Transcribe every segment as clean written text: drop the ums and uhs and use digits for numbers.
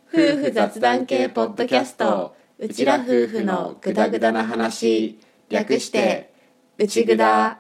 夫婦雑談系ポッドキャスト、うちら夫婦のグダグダな話、略してうちぐだ。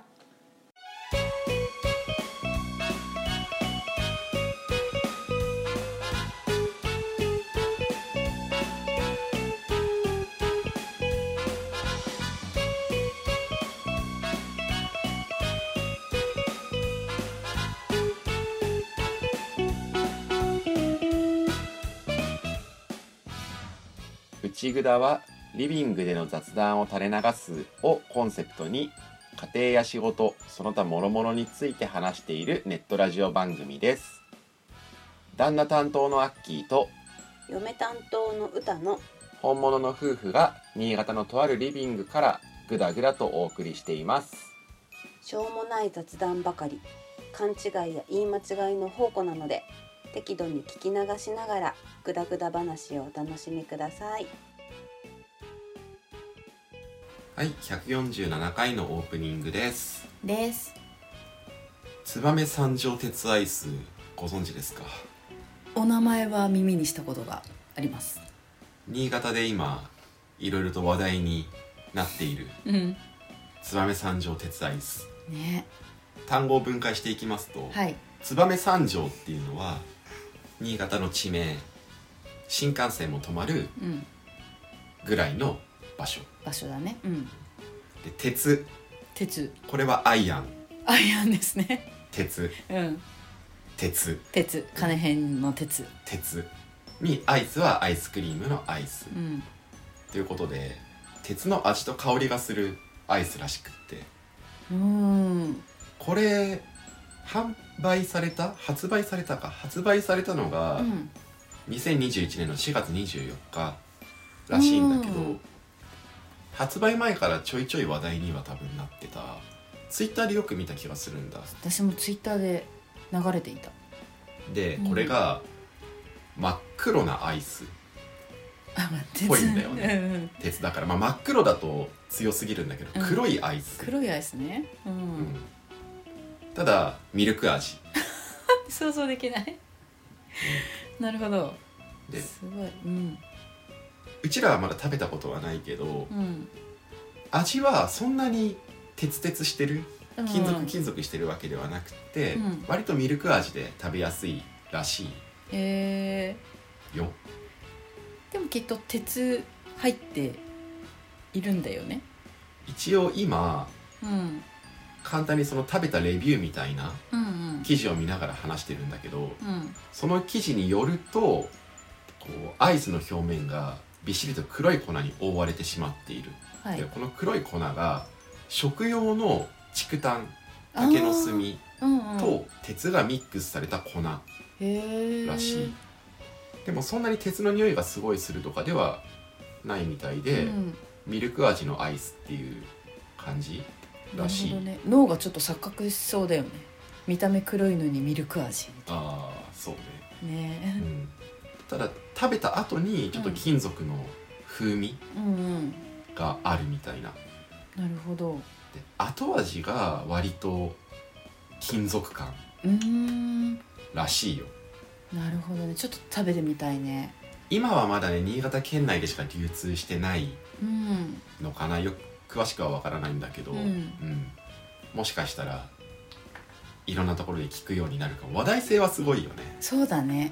内ぐだはリビングでの雑談を垂れ流すをコンセプトに家庭や仕事その他諸々について話しているネットラジオ番組です。旦那担当のアッキーと嫁担当の歌の本物の夫婦が新潟のとあるリビングからぐだぐだとお送りしています。 しょうもない雑談ばかり、勘違いや言い間違いの宝庫なので適度に聞き流しながらグダグダ話をお楽しみください。 はい、147回のオープニングです。燕三条鉄アイスご存知ですか？ お名前は耳にしたことがあります。 新潟で今いろいろと話題になっている、燕三条鉄アイス、 ね、 単語を分解していきますと、 はい、 燕三条っていうのは新潟の地名、新幹線も止まるぐらいの場所だね、 で鉄、これはアイアンですね。 鉄、鉄金辺の鉄にアイスはアイスクリームのアイス、ということで鉄の味と香りがするアイスらしくって、これ発売されたのが、2021年の4月24日らしいんだけど、発売前からちょいちょい話題には多分なってた。ツイッターでよく見た気がするんだ。 私もツイッターで流れていた。 で、これが真っ黒なアイスっぽいんだよね。鉄だから、真っ黒だと強すぎるんだけど、黒いアイスね、 ただミルク味想像できない、なるほど。 ですごい、 うちらはまだ食べたことはないけど、味はそんなに鉄してる、金属してるわけではなくて、割とミルク味で食べやすいらしいよ。 でもきっと鉄入っているんだよね。 一応今、簡単にその食べたレビューみたいな記事を見ながら話してるんだけど、その記事によると、こうアイスの表面がびっしりと黒い粉に覆われてしまっている、でこの黒い粉が食用の竹炭、竹の炭と鉄がミックスされた粉らしい。でもそんなに鉄の匂いがすごいするとかではないみたいで、ミルク味のアイスっていう感じらしい。 なるほどね。脳がちょっと錯覚しそうだよね。見た目黒いのにミルク味みたいな。 そうね。 ただ食べた後にちょっと金属の風味があるみたいな。 なるほど。 で後味が割と金属感らしいよ。 なるほどね。ちょっと食べてみたいね。 今はまだね、新潟県内でしか流通してないのかな、よく詳しくは分からないんだけど、もしかしたらいろんなところで聞くようになるかも。話題性はすごいよね。 そうだね。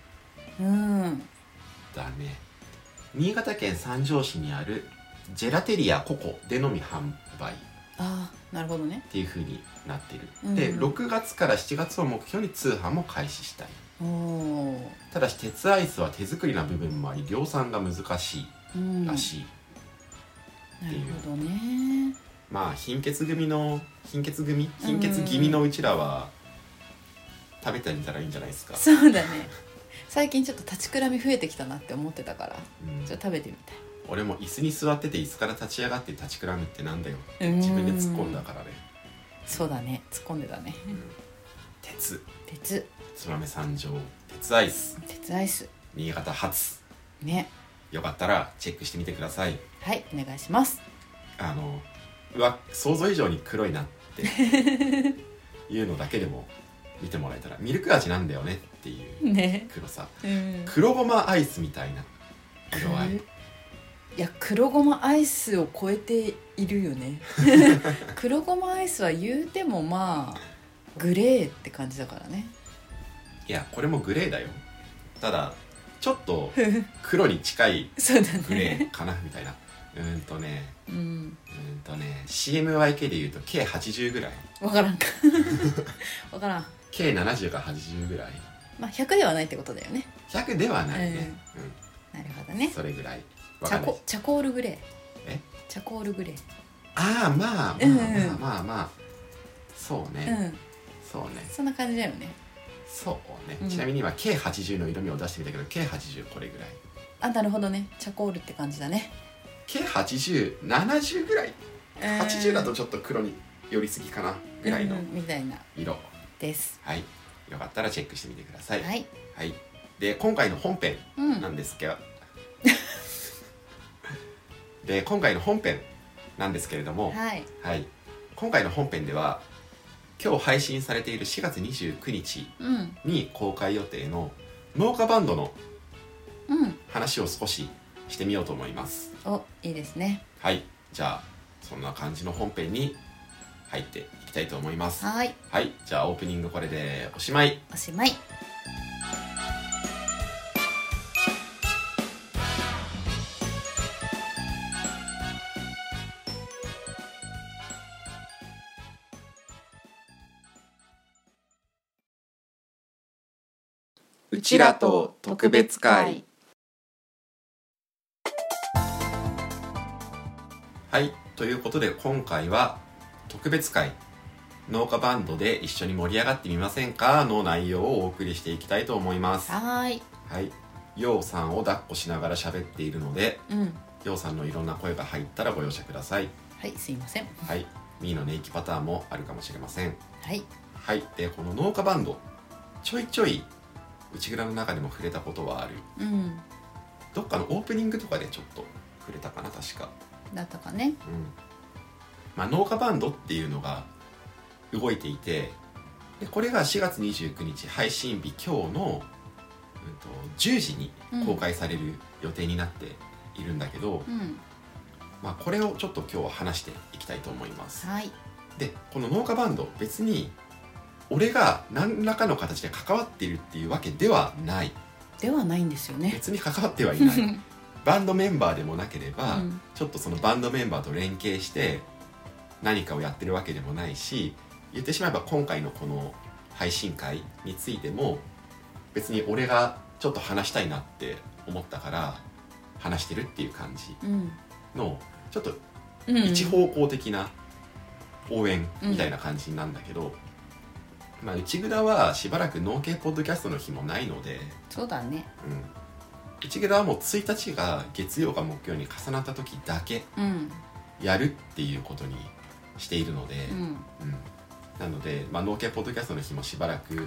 だね。新潟県三条市にあるジェラテリアココでのみ販売。 なるほどね。 っていう風になってる。で、6月から7月を目標に通販も開始したい。ただし鉄アイスは手作りな部分もあり量産が難しいらしいっていう。 なるほどね。 貧血気味のうちらは食べてみたらいいんじゃないですか。 そうだね。最近ちょっと立ちくらみ増えてきたなって思ってたから、じゃあ食べてみたい。 俺も椅子に座ってて椅子から立ち上がって立ちくらむってなんだよ、自分で突っ込んだからね。 そうだね、突っ込んでたね。 鉄燕三条鉄アイス新潟発ね。 よかったらチェックしてみてください。 はい、お願いします。 想像以上に黒いなっていうのだけでも見てもらえたら、ミルク味なんだよねっていうね、 黒さ、 うん、 黒ごまアイスみたいな色合い。 いや黒ごまアイスを超えているよね黒ごまアイスは言うてもまあグレーって感じだからね。 いやこれもグレーだよ。ただちょっと黒に近いそうだねグレーかなみたいなCMYK で言うと K80 ぐらい。 分からんか分からん。 K70 か80ぐらい。 まあ100ではないってことだよね。 100ではないね、 なるほどね。 それぐらい。 チャコールグレー。 えチャコールグレー。 ああまあそうね、そうね、 そんな感じだよね。 そうね、ちなみに今 K80 の色味を出してみたけど K80 これぐらい。 あ、なるほどね。チャコールって感じだね。 K80、70ぐらい、80だとちょっと黒に寄りすぎかなぐらいのみたいな色です。 はい、よかったらチェックしてみてください。 はい、 はい、で今回の本編なんですけど、今回の本編なんですけれども、 はいはい、今回の本編では今日配信されている4月29日に公開予定の農家バンドの話を少ししてみようと思います。 お、いいですね。 はい、じゃあそんな感じの本編に入っていきたいと思います。 はい、 はい、じゃあオープニングこれでおしまい。 おしまい。 うちらと特別会。 はい、ということで今回は特別会、農家バンドで一緒に盛り上がってみませんかの内容をお送りしていきたいと思います。 はい、 ようさんを抱っこしながら喋っているので、ようさんのいろんな声が入ったらご容赦ください。 はい、すいません。 はい、ミーの寝息パターンもあるかもしれません。 はい、 はい、でこの農家バンドちょいちょい内蔵の中でも触れたことはある、どっかのオープニングとかでちょっと触れたかな、確かだったかね。 農家バンドっていうのが動いていて、でこれが4月29日配信日今日の、10時に公開される予定になっているんだけど、これをちょっと今日は話していきたいと思います。 はい、 でこの農家バンド、別に俺が何らかの形で関わっているっていうわけではない。 ではないんですよね。 別に関わってはいないバンドメンバーでもなければ、ちょっとそのバンドメンバーと連携して何かをやってるわけでもないし、言ってしまえば今回のこの配信会についても別に俺がちょっと話したいなって思ったから話してるっていう感じの、ちょっと一方向的な応援みたいな感じなんだけど、内蔵はしばらく農系ポッドキャストの日もないので、 そうだね。 内蔵はもう1日が月曜か木曜に重なった時だけやるっていうことにしているので、なので、農系ポッドキャストの日もしばらく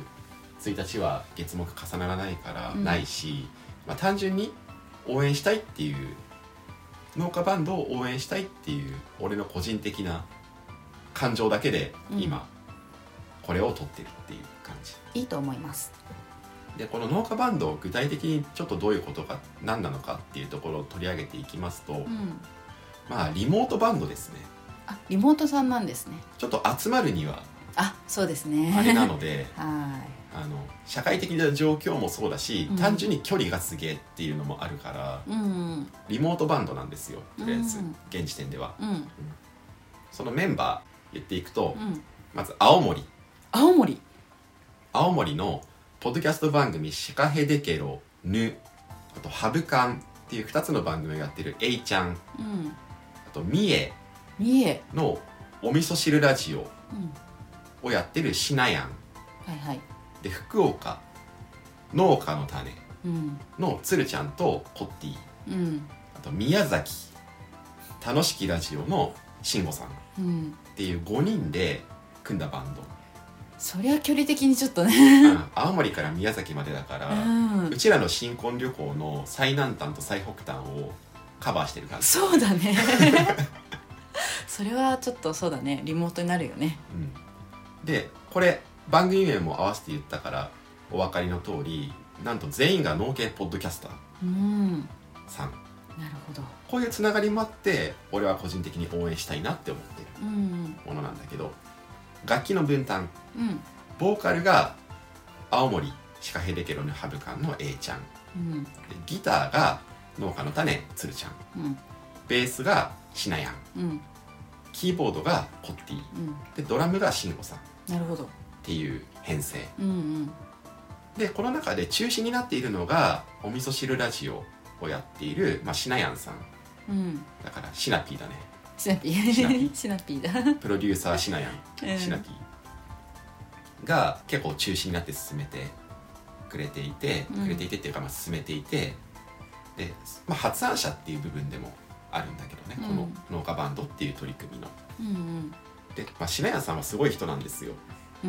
1日は月木重ならないからないし、単純に応援したいっていう、農家バンドを応援したいっていう俺の個人的な感情だけで今、これを撮ってるっていう感じ。 いいと思います。 でこの農家バンド、具体的にちょっとどういうことか何なのかっていうところを取り上げていきますと、リモートバンドですね。 あ、リモートさんなんですね。 ちょっと集まるにはそうですね、 あれなのではい社会的な状況もそうだし、単純に距離がすげえっていうのもあるから、リモートバンドなんですよ、とりあえず現時点では。そのメンバー言っていくと、まず青森のポッドキャスト番組シカヘデケロヌ、あとハブカンっていう2つの番組をやってるエイちゃん、あと三重のお味噌汁ラジオをやってるシナヤン、で福岡農家の種のつるちゃんとコッティ、あと宮崎楽しきラジオの慎吾さんっていう5人で組んだバンド。 そりゃ距離的にちょっとね青森から宮崎までだから、うちらの新婚旅行の最南端と最北端をカバーしてる感じ。 そうだねそれはちょっとそうだね、リモートになるよね。 でこれ番組名も合わせて言ったからお分かりの通り、 なんと全員が農系ポッドキャスターさん、 なるほど。 こういうつながりもあって俺は個人的に応援したいなって思ってるものなんだけど、楽器の分担、ボーカルが青森シカヘデケロヌハブカンの A ちゃん、でギターが農家の種つるちゃん、ベースがしなやん、キーボードがコッティ、でドラムがしんごさん、 なるほどっていう編成、でこの中で中心になっているのがお味噌汁ラジオをやっている、しなやんさん、だからシナピーだね。 シナピーシナピーだ。 プロデューサーしなやん、シナピーが結構中心になって進めてくれていて、っていうか進めていて、で、発案者っていう部分でもあるんだけどね、この農家バンドっていう取り組みの、で、しなやんさんはすごい人なんですよ。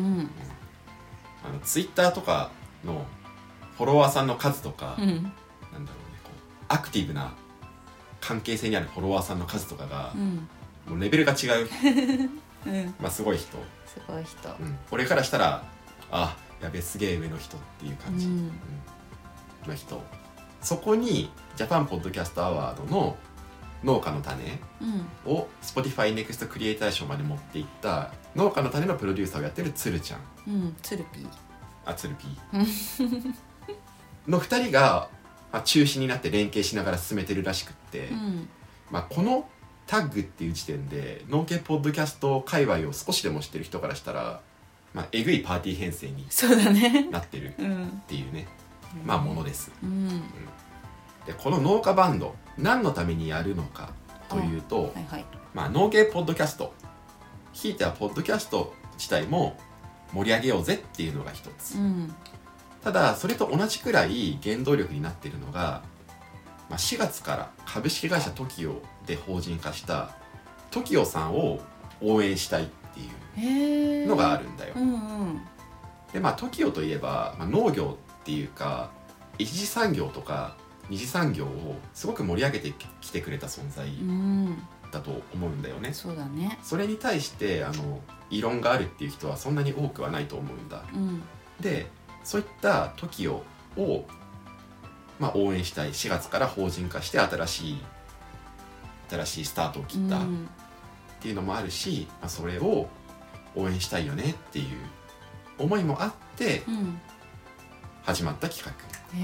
ツイッターとかのフォロワーさんの数とか、なんだろうね、こうアクティブな関係性にあるフォロワーさんの数とかが、もうレベルが違うすごい人、 すごい人、 俺からしたらやべすげえ上の人っていう感じ、の人。そこにジャパンポッドキャストアワードの農家の種を Spotify NEXT クリエイター賞まで持っていった農家の種のプロデューサーをやってるつるちゃん、 つるぴー、 つるぴーの2人が中心になって連携しながら進めてるらしくって、このタッグっていう時点で農系ポッドキャスト界隈を少しでも知ってる人からしたら、えぐいパーティー編成になってるっていうね、ものです。でこの農家バンド何のためにやるのかというと、農系ポッドキャスト、ひいてはポッドキャスト自体も盛り上げようぜっていうのが一つ、ただそれと同じくらい原動力になっているのが、4月から株式会社 TOKIO で法人化した TOKIO さんを応援したいっていうのがあるんだよ。でTOKIO といえば、農業っていうか一次産業とか二次産業をすごく盛り上げてきてくれた存在だと思うんだよね。 そうだね。 それに対して異論があるっていう人はそんなに多くはないと思うんだ。でそういった TOKIO を、応援したい、4月から法人化して新しいスタートを切ったっていうのもあるし、それを応援したいよねっていう思いもあって始まった企画。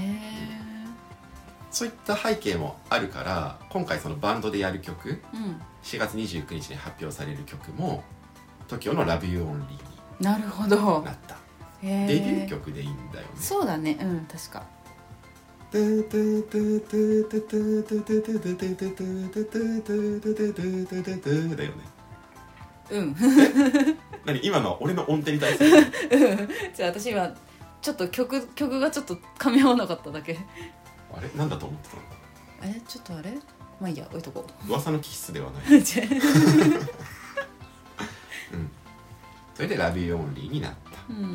そういった背景もあるから、今回そのバンドでやる曲、4月29日に発表される曲も TOKIO の Love You Only になるほどなった。デビュー曲でいいんだよね。 そうだね、確か。 だよね。何今の俺の音程に対するじゃあ私今ちょっと曲がちょっと噛み合わなかっただけ。 あれなんだと思ってたの？ ちょっとあれ、いいや、置いとこう。 噂の気質ではないそれで Love You Only になった。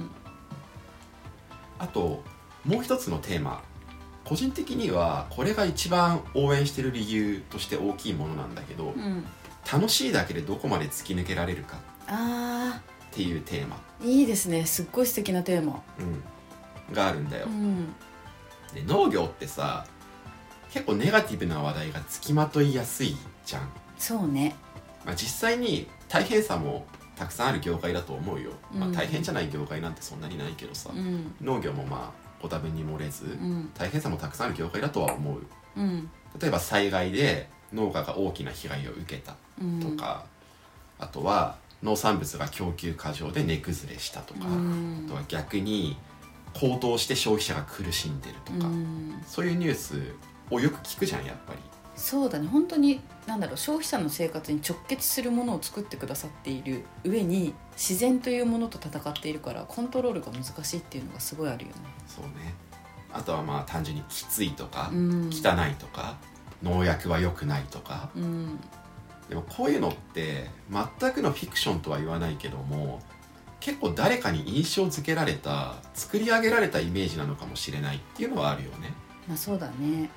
あともう一つのテーマ、個人的にはこれが一番応援してる理由として大きいものなんだけど、楽しいだけでどこまで突き抜けられるかっていうテーマ。 いいですね、すっごい素敵なテーマ、 があるんだよ。で農業ってさ、結構ネガティブな話題がつきまといやすいじゃん。 そうね。 実際に大変さもたくさんある業界だと思うよ。大変じゃない業界なんてそんなにないけどさ、農業もご多分に漏れず、大変さもたくさんある業界だとは思う。例えば災害で農家が大きな被害を受けたとか、あとは農産物が供給過剰で値崩れしたとか、あとは逆に高騰して消費者が苦しんでるとか、そういうニュースをよく聞くじゃん、やっぱり。 そうだね、本当に消費者の生活に直結するものを作ってくださっている上に自然というものと戦っているから、コントロールが難しいっていうのがすごいあるよね。 そうね。あとは単純にきついとか、汚いとか、農薬は良くないとか、でもこういうのって全くのフィクションとは言わないけども、結構誰かに印象づけられた、作り上げられたイメージなのかもしれないっていうのはあるよね。 そうだね。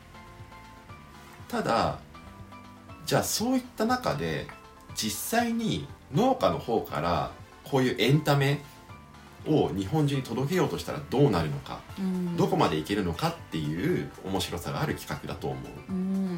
ただじゃあそういった中で実際に農家の方からこういうエンタメを日本中に届けようとしたらどうなるのか、どこまでいけるのかっていう面白さがある企画だと思う、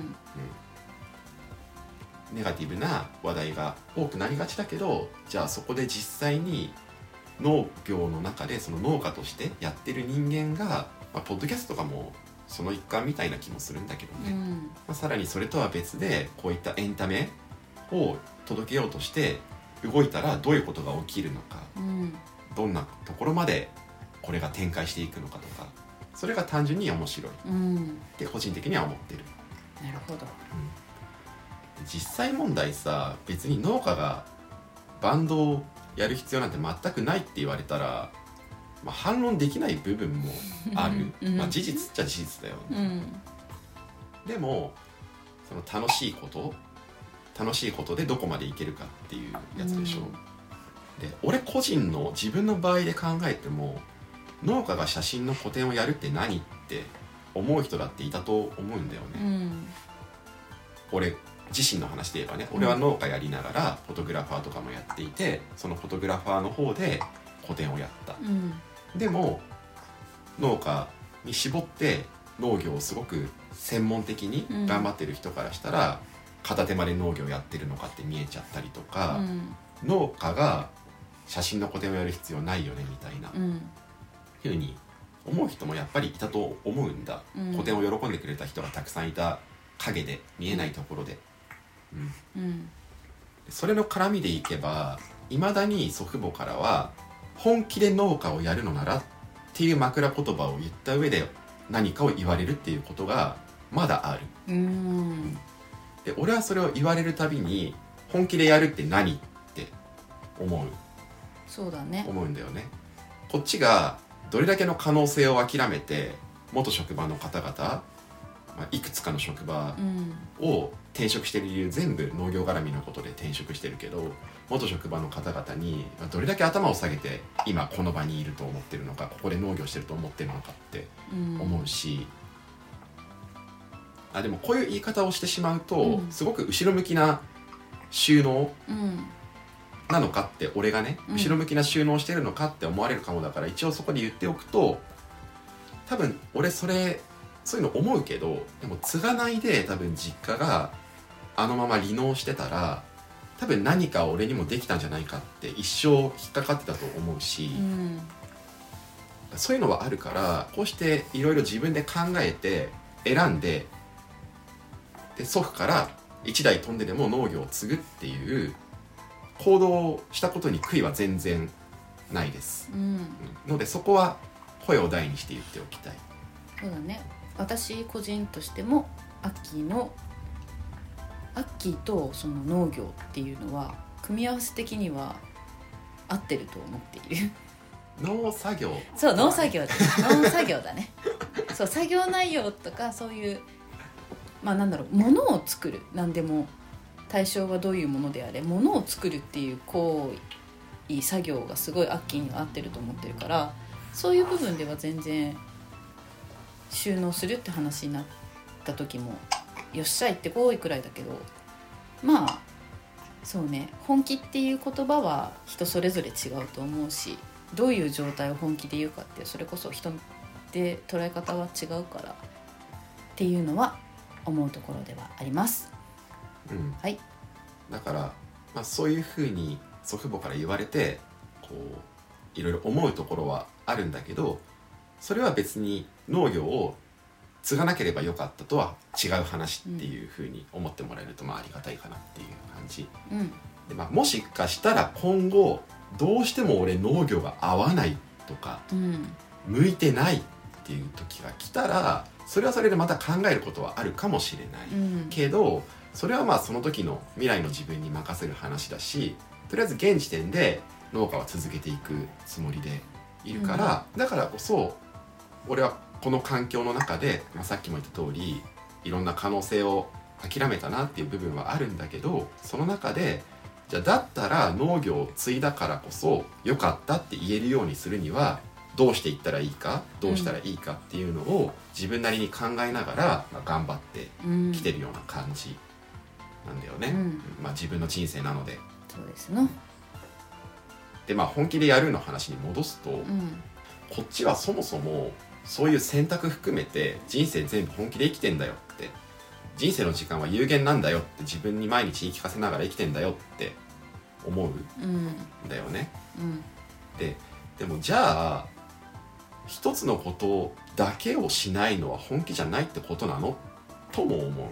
ネガティブな話題が多くなりがちだけど、じゃあそこで実際に農業の中でその農家としてやってる人間が、ポッドキャストとかもその一環みたいな気もするんだけどね、さらにそれとは別でこういったエンタメを届けようとして動いたらどういうことが起きるのか、どんなところまでこれが展開していくのかとか、それが単純に面白いって個人的には思ってる。 なるほど、 実際問題さ、別に農家がバンドをやる必要なんて全くないって言われたら、反論できない部分もある事実っちゃ事実だよね、でもその楽しいことでどこまでいけるかっていうやつでしょ、で俺個人の自分の場合で考えても、農家が写真の個展をやるって何って思う人だっていたと思うんだよね、俺自身の話で言えばね、俺は農家やりながらフォトグラファーとかもやっていて、そのフォトグラファーの方で個展をやった、でも農家に絞って農業をすごく専門的に頑張ってる人からしたら、片手間で農業やってるのかって見えちゃったりとか、農家が写真の個展をやる必要ないよねみたいな、ふうに思う人もやっぱりいたと思うんだ、個展を喜んでくれた人がたくさんいた陰で、見えないところで、それの絡みでいけば、いまだに祖父母からは本気で農家をやるのならっていう枕言葉を言った上で何かを言われるっていうことがまだある、で俺はそれを言われるたびに本気でやるって何って思うんだよね。こっちがどれだけの可能性を諦めて元職場の方々、いくつかの職場を転職してる理由全部農業絡みのことで転職してるけど、元職場の方々にどれだけ頭を下げて今この場にいると思ってるのか、ここで農業してると思ってるのかって思うし、でもこういう言い方をしてしまうと、すごく後ろ向きな収納なのかって、俺がね、後ろ向きな収納してるのかって思われるかもだから、一応そこで言っておくと、多分俺そういうの思うけど、でも継がないで多分実家があのまま離農してたら、多分何か俺にもできたんじゃないかって一生引っかかってたと思うし、そういうのはあるから、こうしていろいろ自分で考えて選んで、で祖父から一代飛んででも農業を継ぐっていう行動をしたことに悔いは全然ないです、のでそこは声を大にして言っておきたい。 そうだね、私個人としてもアッキーとその農業っていうのは組み合わせ的には合ってると思っている。 農作業、 そう、農作業だねそう、作業内容とかそういう、なんだろう、物を作る、何でも対象はどういうものであれ物を作るっていう行為、作業がすごいアッキーには合ってると思ってるから、そういう部分では全然収納するって話になった時もよっしゃ行ってこいくらいだけど、そうね、本気っていう言葉は人それぞれ違うと思うし、どういう状態を本気で言うかってそれこそ人で捉え方は違うからっていうのは思うところではあります、はい。 だから、そういうふうに祖父母から言われてこういろいろ思うところはあるんだけど、それは別に農業を継がなければよかったとは違う話っていうふうに思ってもらえるとありがたいかなっていう感じ、でもしかしたら今後どうしても俺農業が合わないとか、向いてないっていう時が来たら、それはそれでまた考えることはあるかもしれない、けどそれはその時の未来の自分に任せる話だし、とりあえず現時点で農家は続けていくつもりでいるから、だからこそ俺はこの環境の中で、さっきも言った通りいろんな可能性を諦めたなっていう部分はあるんだけど、その中でじゃあだったら農業を継いだからこそ良かったって言えるようにするにはどうしていったらいいか、どうしたらいいかっていうのを自分なりに考えながら、頑張ってきてるような感じなんだよね、自分の人生なので。 そうですね。 で本気でやるの話に戻すと、こっちはそもそもそういう選択含めて人生全部本気で生きてんだよって、人生の時間は有限なんだよって自分に毎日言い聞かせながら生きてんだよって思うんだよね、でもじゃあ一つのことだけをしないのは本気じゃないってことなのとも思う、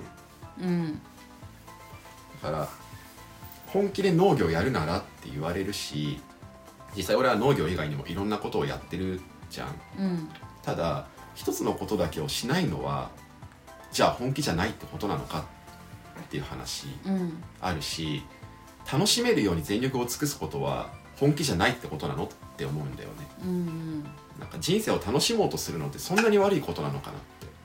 だから本気で農業やるならって言われるし、実際俺は農業以外にもいろんなことをやってるじゃん、ただ一つのことだけをしないのはじゃあ本気じゃないってことなのかっていう話あるし、楽しめるように全力を尽くすことは本気じゃないってことなのって思うんだよね、なんか人生を楽しもうとするのってそんなに悪いことなのかな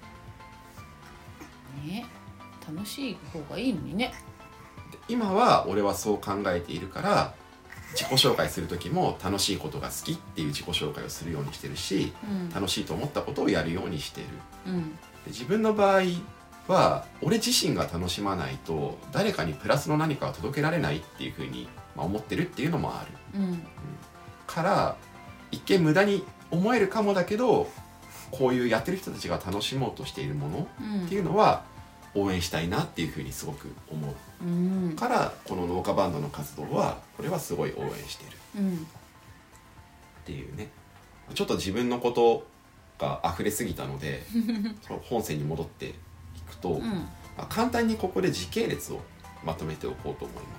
ってね、楽しい方がいいのにね。 今は俺はそう考えているから、自己紹介する時も楽しいことが好きっていう自己紹介をするようにしてるし、楽しいと思ったことをやるようにしてる、で自分の場合は俺自身が楽しまないと誰かにプラスの何かを届けられないっていうふうに思ってるっていうのもある、から一見無駄に思えるかもだけど、こういうやってる人たちが楽しもうとしているものっていうのは応援したいなっていうふうにすごく思う、からこの農家バンドの活動はこれはすごい応援してる、っていうね。ちょっと自分のことが溢れすぎたのでその本線に戻っていくと、簡単にここで時系列をまとめておこうと思います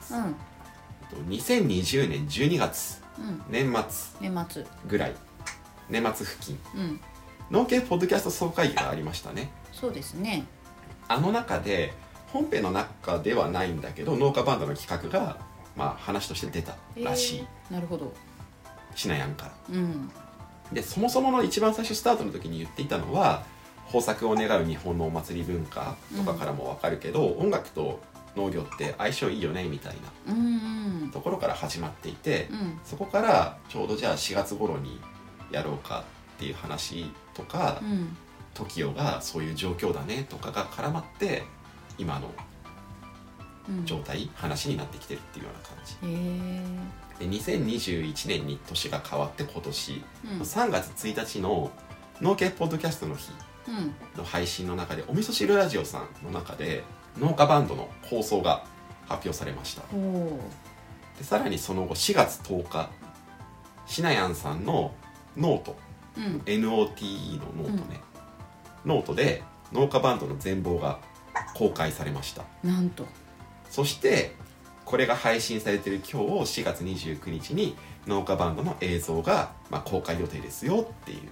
、2020年12月、年末ぐらい、年末付近、農系ポッドキャスト総会議がありましたね。 そうですね。 あの中で本編の中ではないんだけど農家バンドの企画が話として出たらしい、 なるほど。 しなやんから、でそもそもの一番最初スタートの時に言っていたのは、豊作を願う日本のお祭り文化とかからも分かるけど、音楽と農業って相性いいよねみたいなところから始まっていて、そこからちょうどじゃあ4月頃にやろうかっていう話とか、TOKIO がそういう状況だねとかが絡まって今の状態、話になってきてるっていうような感じ、で2021年に年が変わって今年、3月1日の農系ポッドキャストの日の配信の中で、お味噌汁ラジオさんの中で農家バンドの放送が発表されました。でさらにその後4月10日、しなやんさんのノート、NOTE のノートね、ノートで農家バンドの全貌が公開されました。 なんと。 そしてこれが配信されている今日4月29日に農家バンドの映像が公開予定ですよっていう、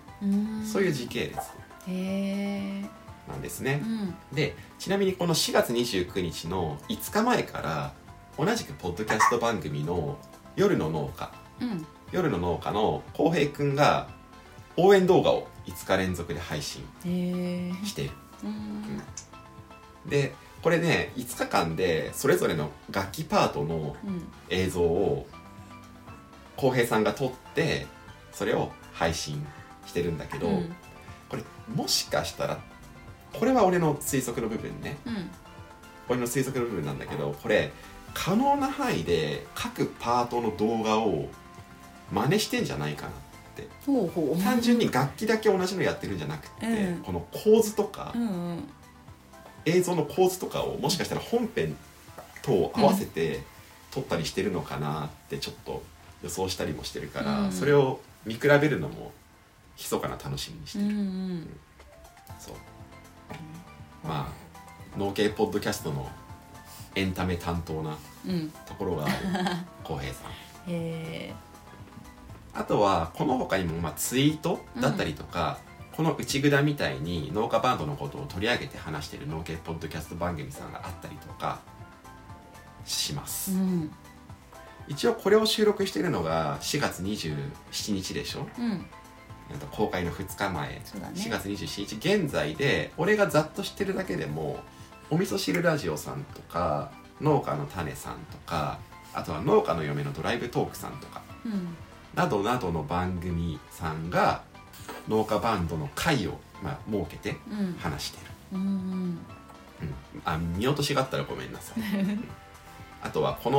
そういう時系列なんですね、でちなみにこの4月29日の5日前から同じくポッドキャスト番組の夜の農家、夜の農家の浩平くんが応援動画を5日連続で配信している、でこれね5日間でそれぞれの楽器パートの映像を浩平さんが撮ってそれを配信してるんだけど、これもしかしたらこれは俺の推測の部分ね、俺の推測の部分なんだけど、これ可能な範囲で各パートの動画を真似してんじゃないかなって。単純に楽器だけ同じのやってるんじゃなくて、この構図とか、映像の構図とかをもしかしたら本編と合わせて撮ったりしてるのかなってちょっと予想したりもしてるから、それを見比べるのも密かな楽しみにしてる、そう農系ポッドキャストのエンタメ担当なところがある浩平さん、あとはこの他にもツイートだったりとか、この内蔵みたいに農家バンドのことを取り上げて話している農系ポッドキャスト番組さんがあったりとかします、一応これを収録しているのが4月27日でしょ、公開の2日前、4月27日現在で俺がざっと知ってるだけでもお味噌汁ラジオさんとか農家の種さんとか、あとは農家の嫁のドライブトークさんとか、などなどの番組さんが農家バンドの会を設けて話してる、見落としがあったらごめんなさいあとはこの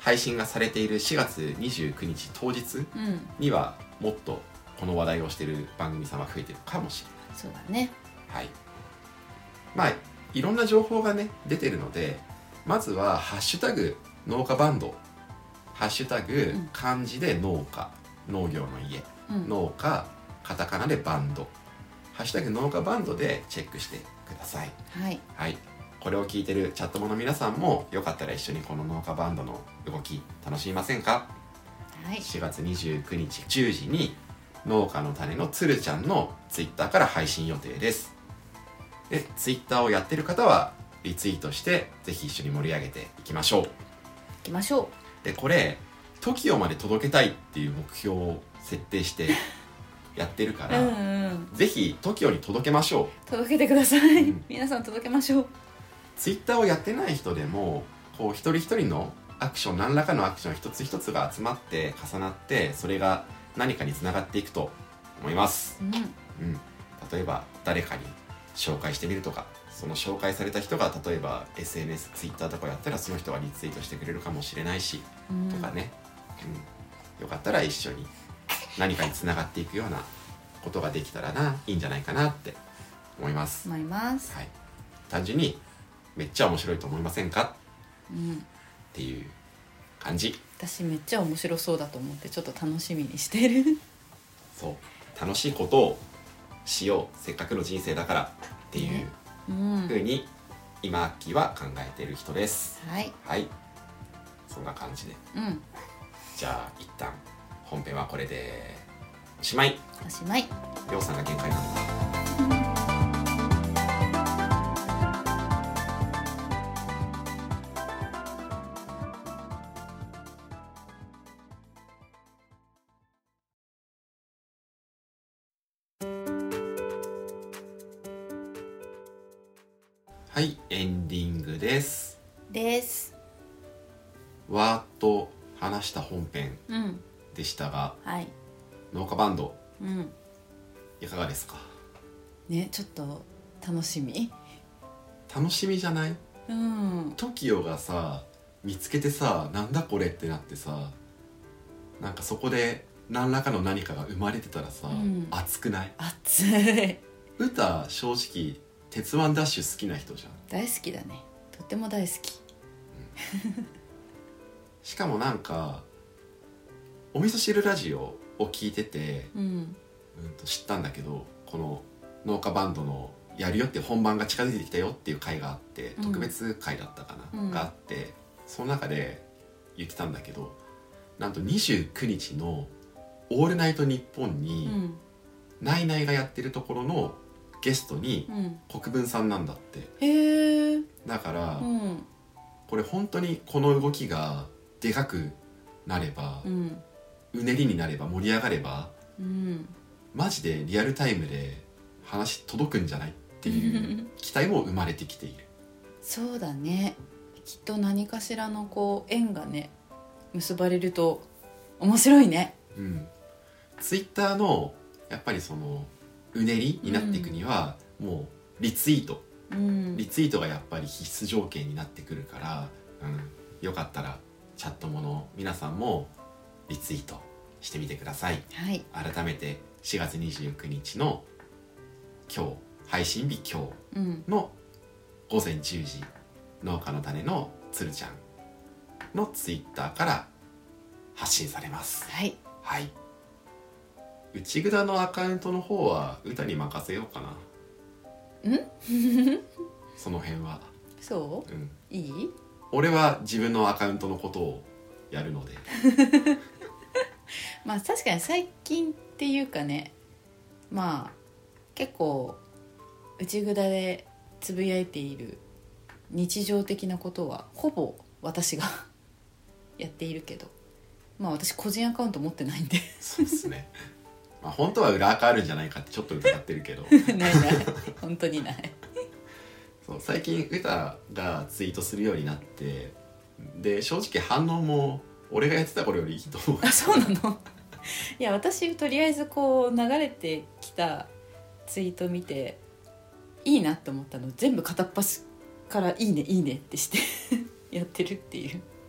配信がされている4月29日当日にはもっとこの話題をしている番組さんは増えてるかもしれない。 そうだね。 はい。まあいろんな情報がね出てるので、まずはハッシュタグ農家バンド、ハッシュタグ漢字で農家、農業の家、農家カタカナでバンド、ハッシュタグ農家バンドでチェックしてください。 はい、 はい、これを聞いてるチャットモの皆さんもよかったら一緒にこの農家バンドの動き楽しみませんか？ はい、 4月29日10時に農家の種のつるちゃんのツイッターから配信予定です。でツイッターをやってる方はリツイートしてぜひ一緒に盛り上げていきましょう。 行きましょう。でこれ TOKIO まで届けたいっていう目標を設定してやってるからぜひ TOKIO に届けましょう。届けてください、皆さん届けましょう。 ツイッターをやってない人でもこう一人一人のアクション、何らかのアクション一つ一つが集まって重なってそれが何かにつながっていくと思います、例えば誰かに紹介してみるとか、その紹介された人が例えば SNS、ツイッターとかやったらその人がリツイートしてくれるかもしれないし、とかね、よかったら一緒に何かにつながっていくようなことができたらいいんじゃないかなって思います。 思います、 はい、単純にめっちゃ面白いと思いませんか、っていう感じ。 私めっちゃ面白そうだと思ってちょっと楽しみにしてる。 そう、楽しいことをしよう、せっかくの人生だからっていう風に今アッキーは考えている人です。 はい、 はい、そんな感じで、じゃあ一旦本編はこれでおしまい。 おしまい。 りょうさんが限界なんだ。はい、エンディングです。わーっと話した本編でしたが、農家バンド、いかがですか？ ね、ちょっと楽しみじゃない？TOKIO がさ見つけてさ、なんだこれってなってさ、なんかそこで何らかの何かが生まれてたらさ、熱くない？ 熱い。 歌正直鉄腕ダッシュ好きな人じゃん。 大好きだね、とっても大好き、 しかもなんかお味噌汁ラジオを聞いてて、知ったんだけど、この農家バンドのやるよって本番が近づいてきたよっていう回があって、特別回だったかな、があって、その中で言ってたんだけど、なんと29日のオールナイトニッポンに、ナイナイがやってるところのゲストに国分さんなんだって。だから、これ本当にこの動きがでかくなれば、うねりになれば、盛り上がれば、マジでリアルタイムで話届くんじゃないっていう期待も生まれてきている。 そうだね、きっと何かしらのこう縁がね結ばれると面白いね。 ツイッターのやっぱりそのうねりになっていくには、もうリツイート、リツイートがやっぱり必須条件になってくるから、よかったらチャットもの皆さんもリツイートしてみてください。改めて4月29日の今日、配信日今日の午前10時、農家の種のつるちゃんのツイッターから発信されます。はい、内蔵のアカウントの方は歌に任せようかな。その辺は。 そう、いい？ 俺は自分のアカウントのことをやるのでまあ確かに最近っていうかね、まあ結構内蔵でつぶやいている日常的なことはほぼ私がやっているけど、まあ私個人アカウント持ってないんでそうですね、まあ、本当は裏アカあるんじゃないかってちょっと疑ってるけどない本当にない。 そう、最近歌がツイートするようになって、で正直反応も俺がやってた頃よりいいと思う。 そうなの？いや私とりあえずこう流れてきたツイート見ていいなって思ったの全部片っ端からいいねいいねってしてやってるっていう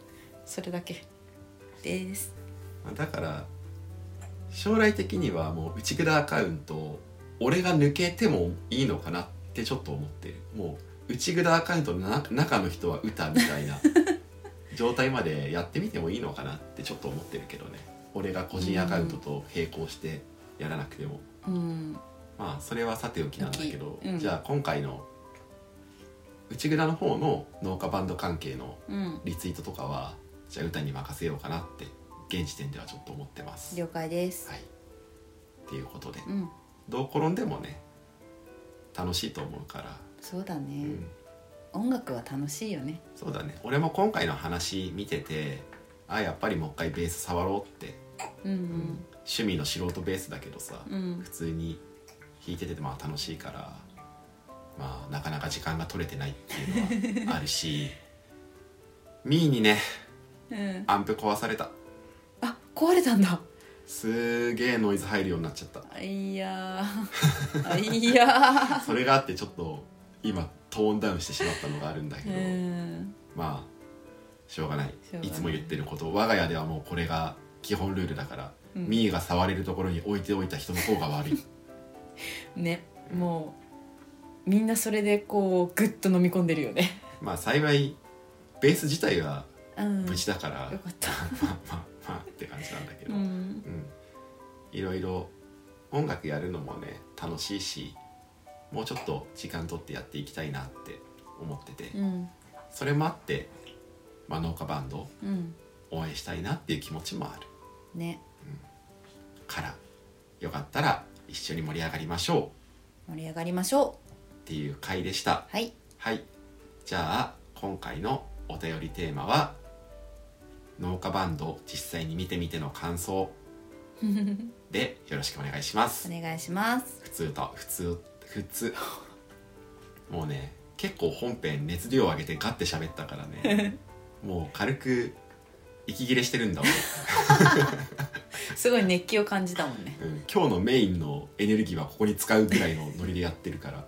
それだけです。 だから将来的にはもう内蔵アカウント俺が抜けてもいいのかなってちょっと思ってる。もう内蔵アカウントの中の人は歌みたいな状態までやってみてもいいのかなってちょっと思ってるけどね。俺が個人アカウントと並行してやらなくても、まあそれはさておきなんだけど、じゃあ今回の内蔵の方の農家バンド関係のリツイートとかは、じゃあ歌に任せようかなって現時点ではちょっと思ってます。 了解です。 はい。っていうことで、どう転んでもね楽しいと思うから。 そうだね、音楽は楽しいよね。 そうだね。俺も今回の話見てて、やっぱりもう一回ベース触ろうって、趣味の素人ベースだけどさ、普通に弾いててまあ楽しいから、まあなかなか時間が取れてないっていうのはあるしミーにね、アンプ壊された。 あ、壊れたんだ。 すげえノイズ入るようになっちゃった。 いやいやそれがあってちょっと今トーンダウンしてしまったのがあるんだけど、まあしょうがない。いつも言ってること、我が家ではもうこれが基本ルールだから、ミーが触れるところに置いておいた人の方が悪いね、もうみんなそれでこうグッと飲み込んでるよね。 まあ幸いベース自体は無事だから、 よかったまあって感じなんだけど、いろいろ音楽やるのもね楽しいし、もうちょっと時間取ってやっていきたいなって思ってて、それもあって、農家バンド応援したいなっていう気持ちもあるね、 からよかったら一緒に盛り上がりましょう。盛り上がりましょうっていう回でした。 はい、 じゃあ今回のお便りテーマは農家バンド実際に見てみての感想でよろしくお願いします。 お願いします。 普通もうね結構本編熱量上げてガッて喋ったからねもう軽く息切れしてるんだもんすごい熱気を感じたもんね、 今日のメインのエネルギーはここに使うぐらいのノリでやってるから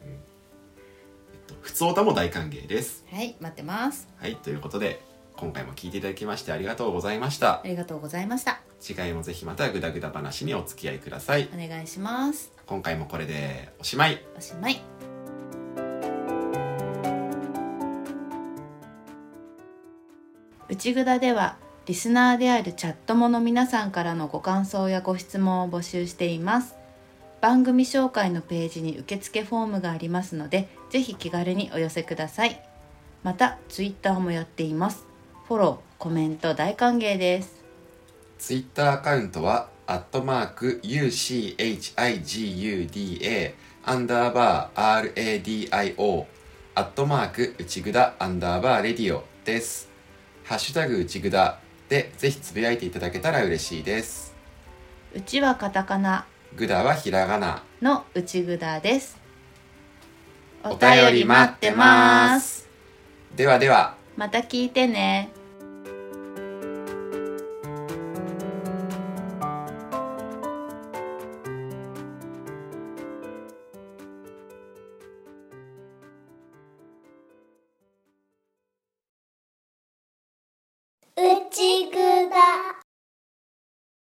普通歌も大歓迎です。 はい、待ってます。 はい、ということで今回も聞いていただきましてありがとうございました。 ありがとうございました。 次回もぜひまたグダグダ話にお付き合いください。 お願いします。 今回もこれでおしまい。 おしまい。内ぐだではリスナーであるチャットモの皆さんからのご感想やご質問を募集しています。番組紹介のページに受付フォームがありますので、ぜひ気軽にお寄せください。またツイッターもやっています。フォロー、コメント大歓迎です。 ツイッターアカウントは@UCHIGUDA_RADIO内ぐだ_レディオです。ハッシュタグ内ぐだでぜひつぶやいていただけたら嬉しいです。 うちはカタカナ、 ぐだはひらがなの内ぐだです。 お便り待ってます。ではでは、 また聞いてね。